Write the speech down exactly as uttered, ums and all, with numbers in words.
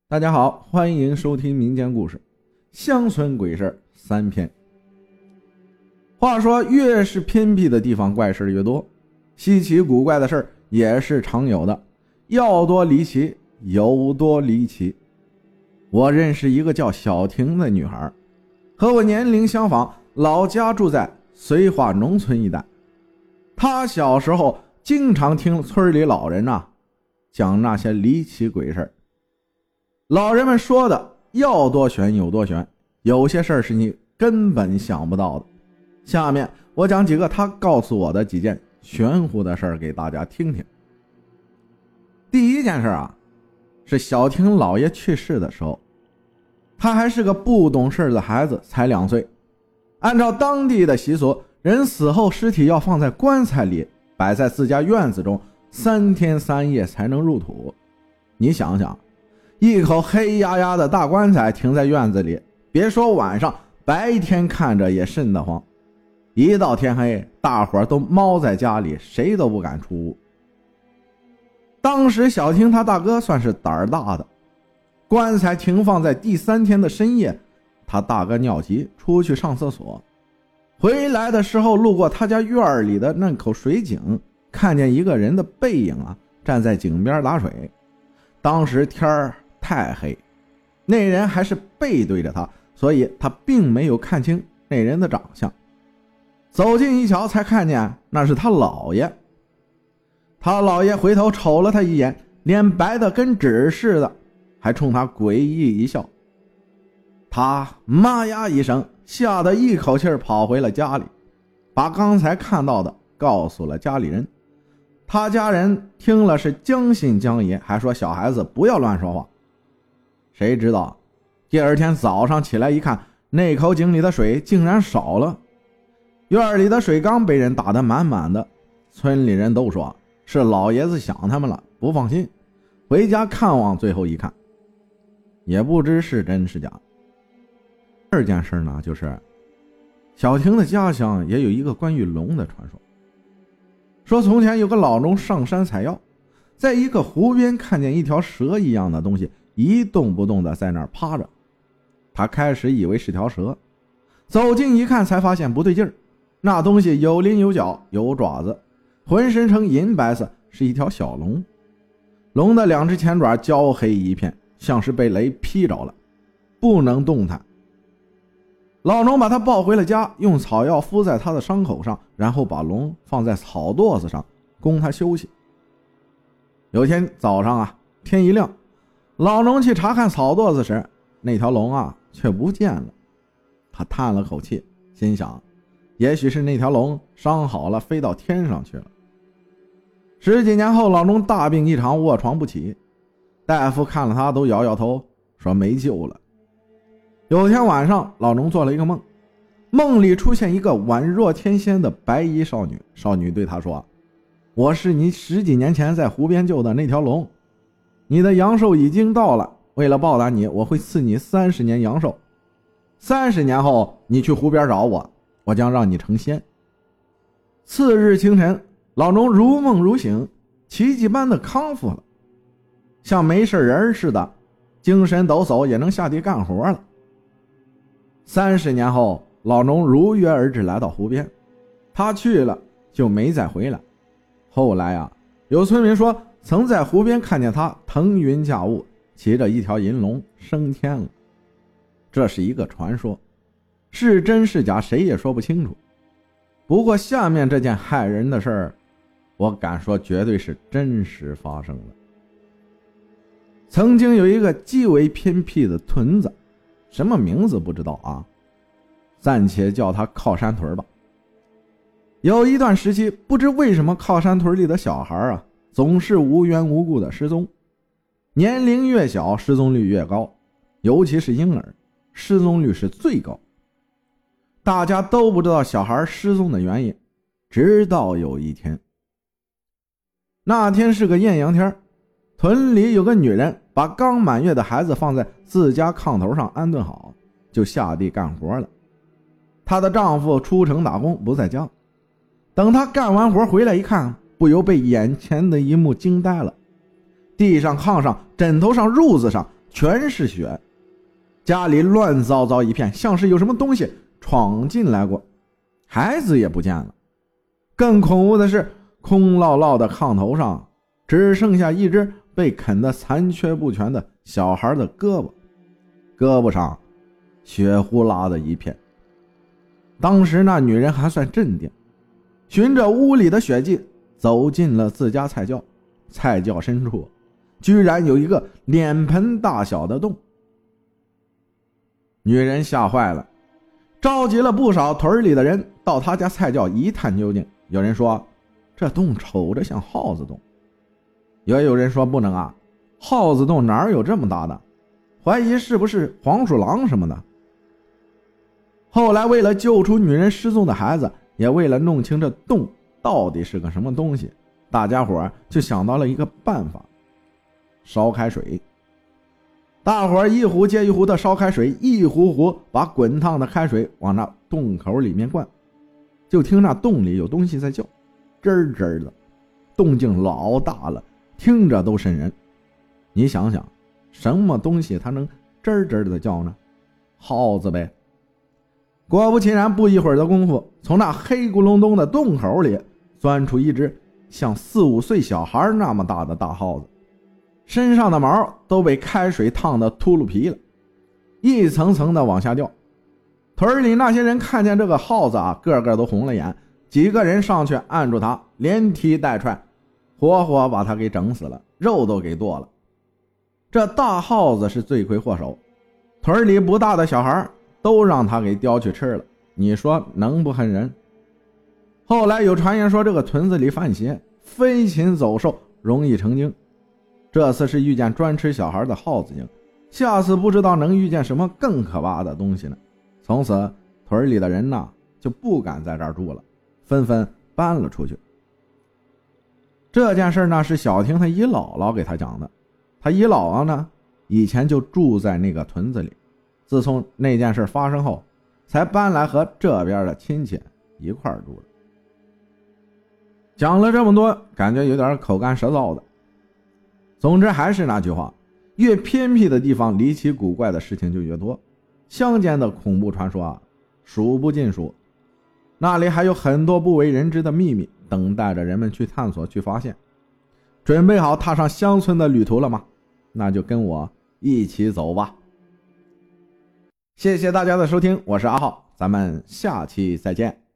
大家好，欢迎收听民间故事乡村鬼事三篇。话说越是偏僻的地方怪事越多，稀奇古怪的事也是常有的，要多离奇有多离奇。我认识一个叫小婷的女孩，和我年龄相仿，老家住在绥化农村一带。她小时候经常听村里老人啊讲那些离奇鬼事，老人们说的要多悬有多悬，有些事儿是你根本想不到的。下面我讲几个他告诉我的几件玄乎的事儿给大家听听。第一件事啊，是小婷姥爷去世的时候，他还是个不懂事的孩子，才两岁。按照当地的习俗，人死后尸体要放在棺材里，摆在自家院子中，三天三夜才能入土。你想想，一口黑压压的大棺材停在院子里，别说晚上，白天看着也瘆得慌。一到天黑，大伙儿都猫在家里，谁都不敢出屋。当时小婷他大哥算是胆儿大的，棺材停放在第三天的深夜，他大哥尿急出去上厕所，回来的时候路过他家院里的那口水井，看见一个人的背影啊站在井边打水。当时天儿太黑，那人还是背对着他，所以他并没有看清那人的长相。走近一瞧，才看见那是他姥爷。他姥爷回头瞅了他一眼，脸白的跟纸似的，还冲他诡异一笑。他妈呀一声，吓得一口气跑回了家里，把刚才看到的告诉了家里人。他家人听了是将信将疑，还说小孩子不要乱说话。谁知道第二天早上起来一看，那口井里的水竟然少了，院里的水缸被人打得满满的。村里人都说是老爷子想他们了，不放心，回家看望，最后一看也不知是真是假。第二件事呢，就是小婷的家乡也有一个关于龙的传说。说从前有个老农上山采药，在一个湖边看见一条蛇一样的东西一动不动的在那儿趴着。他开始以为是条蛇，走近一看才发现不对劲儿，那东西有鳞有角有爪子，浑身呈银白色，是一条小龙。龙的两只前爪焦黑一片，像是被雷劈着了，不能动弹。老农把他抱回了家，用草药敷在他的伤口上，然后把龙放在草垛子上供他休息。有天早上啊，天一亮，老农去查看草垛子时，那条龙啊却不见了。他叹了口气，心想也许是那条龙伤好了，飞到天上去了。十几年后，老农大病一场，卧床不起，大夫看了他都摇摇头，说没救了。有天晚上，老农做了一个梦，梦里出现一个宛若天仙的白衣少女，少女对他说，我是你十几年前在湖边救的那条龙，你的阳寿已经到了，为了报答你，我会赐你三十年阳寿，三十年后你去湖边找我，我将让你成仙。次日清晨，老农如梦如醒，奇迹般的康复了，像没事人似的，精神抖擞，也能下地干活了。三十年后，老农如约而至，来到湖边，他去了就没再回来。后来啊，有村民说曾在湖边看见他腾云驾雾，骑着一条银龙升天了。这是一个传说，是真是假谁也说不清楚。不过下面这件害人的事儿，我敢说绝对是真实发生的。曾经有一个极为偏僻的屯子，什么名字不知道啊，暂且叫它靠山屯吧。有一段时期，不知为什么靠山屯里的小孩啊总是无缘无故的失踪，年龄越小失踪率越高，尤其是婴儿失踪率是最高。大家都不知道小孩失踪的原因，直到有一天。那天是个艳阳天，屯里有个女人把刚满月的孩子放在自家炕头上安顿好，就下地干活了。她的丈夫出城打工不在家，等她干完活回来一看，不由被眼前的一幕惊呆了。地上、炕上、枕头上、褥子上全是血，家里乱糟糟一片，像是有什么东西闯进来过。孩子也不见了，更恐怖的是，空落落的炕头上只剩下一只被啃得残缺不全的小孩的胳膊，胳膊上血呼啦的一片。当时那女人还算镇定，循着屋里的血迹走进了自家菜窖，菜窖深处居然有一个脸盆大小的洞。女人吓坏了，召集了不少屯里的人到她家菜窖一探究竟。有人说这洞瞅着像耗子洞，也有人说不能啊，耗子洞哪有这么大的，怀疑是不是黄鼠狼什么的。后来为了救出女人失踪的孩子，也为了弄清这洞到底是个什么东西，大家伙就想到了一个办法，烧开水。大伙一壶接一壶的烧开水，一壶壶把滚烫的开水往那洞口里面灌，就听那洞里有东西在叫，吱吱的，动静老大了，听着都瘆人。你想想，什么东西它能吱吱的叫呢？耗子呗。果不其然，不一会儿的功夫，从那黑咕隆咚的洞口里钻出一只像四五岁小孩那么大的大耗子，身上的毛都被开水烫得秃噜皮了，一层层的往下掉。屯里那些人看见这个耗子啊，个个都红了眼，几个人上去按住他，连踢带踹，活活把他给整死了，肉都给剁了。这大耗子是罪魁祸首，屯里不大的小孩都让他给叼去吃了，你说能不恨人？后来有传言说这个屯子里犯邪，飞禽走兽容易成精，这次是遇见专吃小孩的耗子精，下次不知道能遇见什么更可怕的东西呢。从此屯里的人呢就不敢在这儿住了，纷纷搬了出去。这件事呢是小婷她姨姥姥给她讲的，她姨姥姥呢以前就住在那个屯子里，自从那件事发生后才搬来和这边的亲戚一块儿住的。讲了这么多，感觉有点口干舌燥的。总之还是那句话，越偏僻的地方离奇古怪的事情就越多，乡间的恐怖传说啊数不尽数，那里还有很多不为人知的秘密等待着人们去探索去发现。准备好踏上乡村的旅途了吗？那就跟我一起走吧。谢谢大家的收听，我是阿浩，咱们下期再见。